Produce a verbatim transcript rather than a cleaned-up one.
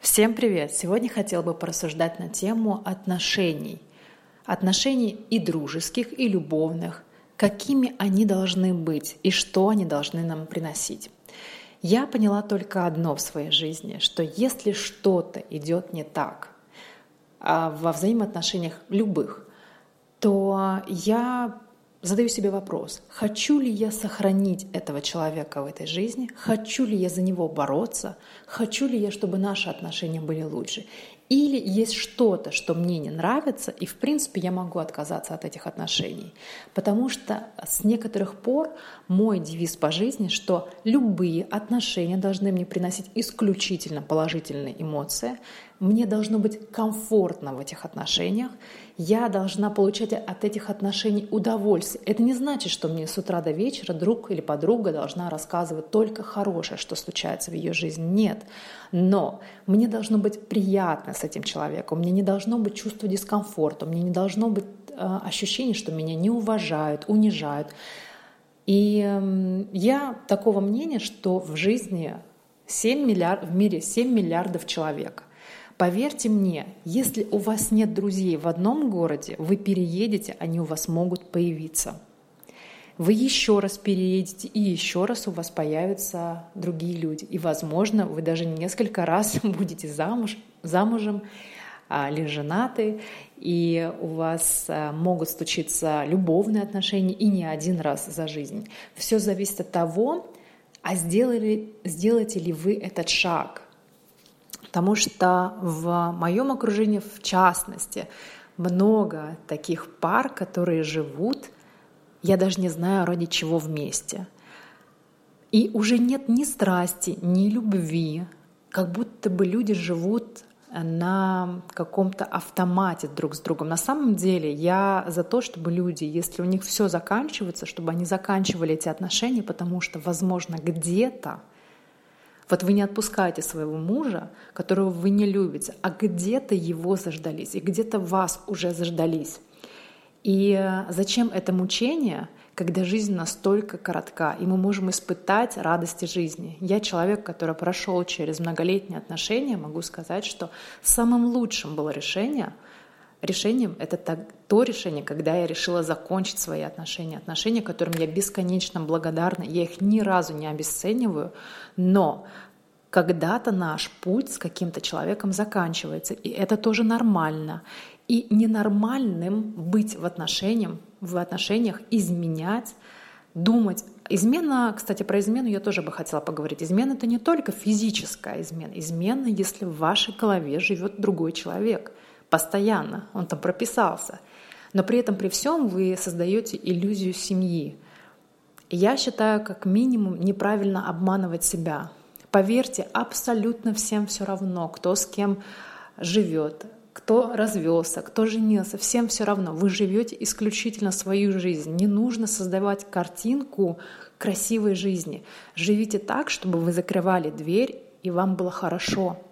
Всем привет! Сегодня хотела бы порассуждать на тему отношений. Отношений и дружеских, и любовных. Какими они должны быть и что они должны нам приносить. Я поняла только одно в своей жизни, что если что-то идет не так во взаимоотношениях любых, то я задаю себе вопрос, хочу ли я сохранить этого человека в этой жизни, хочу ли я за него бороться, хочу ли я, чтобы наши отношения были лучше. Или есть что-то, что мне не нравится, и в принципе я могу отказаться от этих отношений. Потому что с некоторых пор мой девиз по жизни, что любые отношения должны мне приносить исключительно положительные эмоции, мне должно быть комфортно в этих отношениях, я должна получать от этих отношений удовольствие. Это не значит, что мне с утра до вечера друг или подруга должна рассказывать только хорошее, что случается в ее жизни. Нет. Но мне должно быть приятно с этим человеком, мне не должно быть чувства дискомфорта, мне не должно быть э, ощущения, что меня не уважают, унижают. И э, я такого мнения, что в жизни семь миллиард, в мире семь миллиардов человек. Поверьте мне, если у вас нет друзей в одном городе, вы переедете, они у вас могут появиться. Вы еще раз переедете, и еще раз у вас появятся другие люди. И, возможно, вы даже несколько раз будете замуж, замужем или женаты, и у вас могут случиться любовные отношения, и не один раз за жизнь. Все зависит от того, а сделали, сделаете ли вы этот шаг. Потому что в моем окружении, в частности, много таких пар, которые живут, я даже не знаю, ради чего вместе. И уже нет ни страсти, ни любви, как будто бы люди живут на каком-то автомате друг с другом. На самом деле я за то, чтобы люди, если у них все заканчивается, чтобы они заканчивали эти отношения, потому что, возможно, где-то вот вы не отпускаете своего мужа, которого вы не любите, а где-то его заждались, и где-то вас уже заждались. И зачем это мучение, когда жизнь настолько коротка, и мы можем испытать радости жизни? Я человек, который прошел через многолетние отношения, могу сказать, что самым лучшим было решение, решением это то решение, когда я решила закончить свои отношения, отношения, которым я бесконечно благодарна, я их ни разу не обесцениваю, но когда-то наш путь с каким-то человеком заканчивается, и это тоже нормально. И ненормальным быть в отношениях, в отношениях изменять, думать. Измена, кстати, про измену я тоже бы хотела поговорить. Измена — это не только физическая измена. Измена, если в вашей голове живет другой человек. Постоянно, он там прописался. Но при этом, при всем, вы создаете иллюзию семьи. И я считаю, как минимум, неправильно обманывать себя. Поверьте, абсолютно всем все равно, кто с кем живет, кто развелся, кто женился, всем все равно. Вы живете исключительно свою жизнь. Не нужно создавать картинку красивой жизни. Живите так, чтобы вы закрывали дверь, и вам было хорошо.